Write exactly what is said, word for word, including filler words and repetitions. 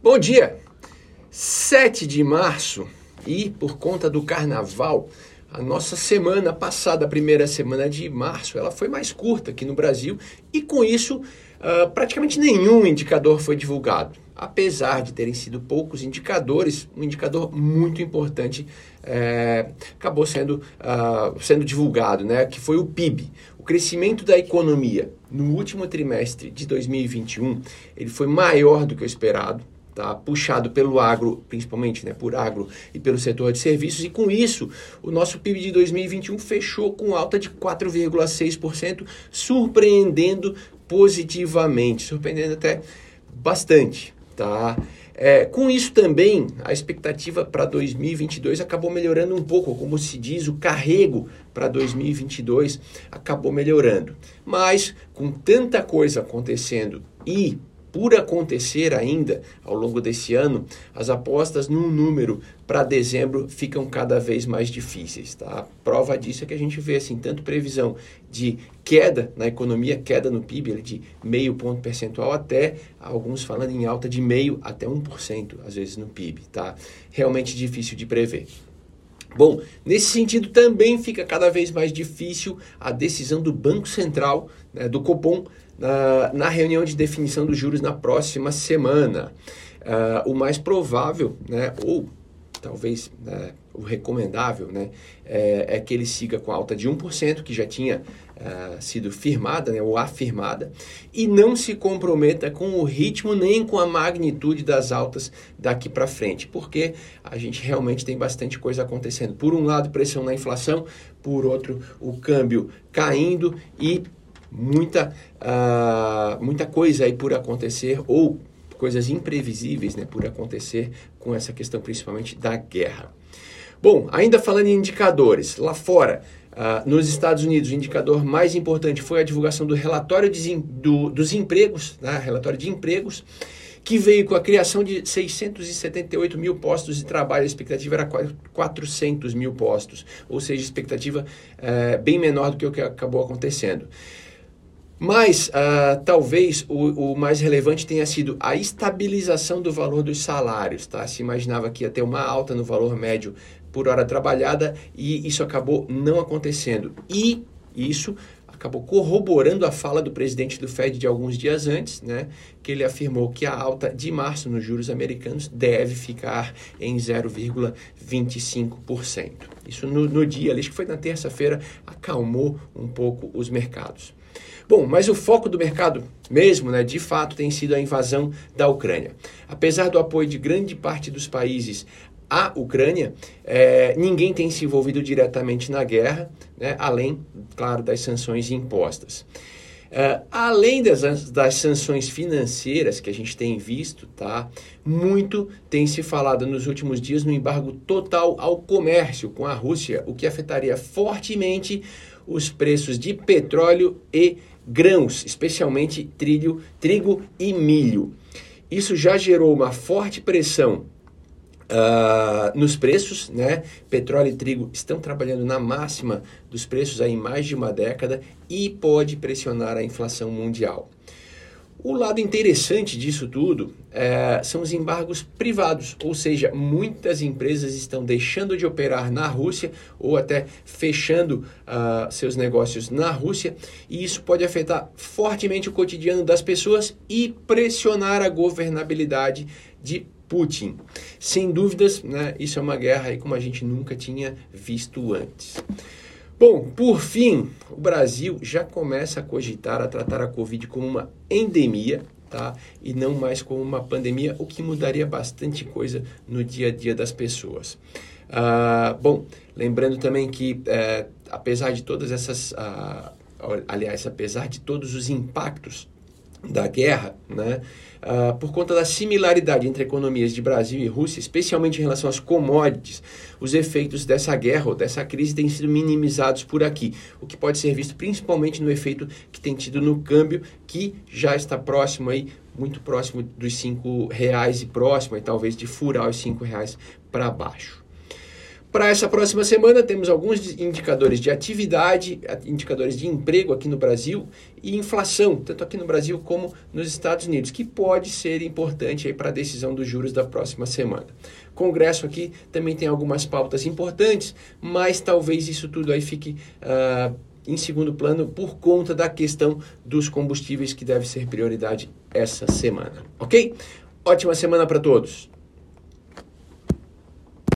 Bom dia! sete de março e por conta do carnaval, a nossa semana passada, a primeira semana de março, ela foi mais curta aqui no Brasil e com isso uh, praticamente nenhum indicador foi divulgado. Apesar de terem sido poucos indicadores, um indicador muito importante é, acabou sendo, uh, sendo divulgado, né, que foi o P I B. O crescimento da economia no último trimestre de dois mil e vinte e um, ele foi maior do que o esperado. Tá, puxado pelo agro, principalmente, né, por agro e pelo setor de serviços, e com isso o nosso P I B de dois mil e vinte e um fechou com alta de quatro vírgula seis por cento, surpreendendo positivamente, surpreendendo até bastante. Tá? É, com isso também, a expectativa para dois mil e vinte e dois acabou melhorando um pouco, como se diz, o carrego para dois mil e vinte e dois acabou melhorando. Mas, com tanta coisa acontecendo e por acontecer ainda ao longo desse ano, as apostas num número para dezembro ficam cada vez mais difíceis. Tá? A prova disso é que a gente vê assim, tanto previsão de queda na economia, queda no P I B de meio ponto percentual, até alguns falando em alta de meio até um por cento, às vezes no P I B. Tá? Realmente difícil de prever. Bom, nesse sentido também fica cada vez mais difícil a decisão do Banco Central, né, do Copom, na, na reunião de definição dos juros na próxima semana. Uh, o mais provável, né, ou talvez né, o recomendável, né, é, é que ele siga com a alta de um por cento, que já tinha uh, sido firmada, né, ou afirmada, e não se comprometa com o ritmo nem com a magnitude das altas daqui para frente, porque a gente realmente tem bastante coisa acontecendo. Por um lado, pressão na inflação, por outro, o câmbio caindo e muita, uh, muita coisa aí por acontecer, ou coisas imprevisíveis, né, por acontecer com essa questão principalmente da guerra. Bom, ainda falando em indicadores, lá fora, uh, nos Estados Unidos, o indicador mais importante foi a divulgação do relatório de, do, dos empregos, né, relatório de empregos, que veio com a criação de seiscentos e setenta e oito mil postos de trabalho. A expectativa era quatrocentos mil postos, ou seja, expectativa uh, bem menor do que o que acabou acontecendo. Mas, uh, talvez, o, o mais relevante tenha sido a estabilização do valor dos salários. Tá? Se imaginava que ia ter uma alta no valor médio por hora trabalhada e isso acabou não acontecendo. E isso acabou corroborando a fala do presidente do F E D de alguns dias antes, né, que ele afirmou que a alta de março nos juros americanos deve ficar em zero vírgula vinte e cinco por cento. Isso no, no dia, acho que foi na terça-feira, acalmou um pouco os mercados. Bom, mas o foco do mercado mesmo, né, de fato, tem sido a invasão da Ucrânia. Apesar do apoio de grande parte dos países à Ucrânia, é, ninguém tem se envolvido diretamente na guerra, né, além, claro, das sanções impostas. Uh, além das, das sanções financeiras que a gente tem visto, tá, muito tem se falado nos últimos dias no embargo total ao comércio com a Rússia, o que afetaria fortemente os preços de petróleo e grãos, especialmente trilho, trigo e milho. Isso já gerou uma forte pressão Uh, nos preços, né? Petróleo e trigo estão trabalhando na máxima dos preços há mais de uma década e pode pressionar a inflação mundial. O lado interessante disso tudo é, são os embargos privados, ou seja, muitas empresas estão deixando de operar na Rússia ou até fechando uh, seus negócios na Rússia, e isso pode afetar fortemente o cotidiano das pessoas e pressionar a governabilidade de Putin. Sem dúvidas, né, isso é uma guerra aí como a gente nunca tinha visto antes. Bom, por fim, o Brasil já começa a cogitar a tratar a Covid como uma endemia, tá? E não mais como uma pandemia, o que mudaria bastante coisa no dia a dia das pessoas. Ah, bom, lembrando também que, eh, apesar de todas essas, ah, aliás, apesar de todos os impactos da guerra, né, uh, por conta da similaridade entre economias de Brasil e Rússia, especialmente em relação às commodities, os efeitos dessa guerra ou dessa crise têm sido minimizados por aqui, o que pode ser visto principalmente no efeito que tem tido no câmbio, que já está próximo aí, muito próximo dos cinco reais e próximo, e talvez de furar os cinco reais para baixo. Para essa próxima semana, temos alguns indicadores de atividade, indicadores de emprego aqui no Brasil e inflação, tanto aqui no Brasil como nos Estados Unidos, que pode ser importante para a decisão dos juros da próxima semana. Congresso aqui também tem algumas pautas importantes, mas talvez isso tudo aí fique uh, em segundo plano por conta da questão dos combustíveis, que deve ser prioridade essa semana, ok? Ótima semana para todos!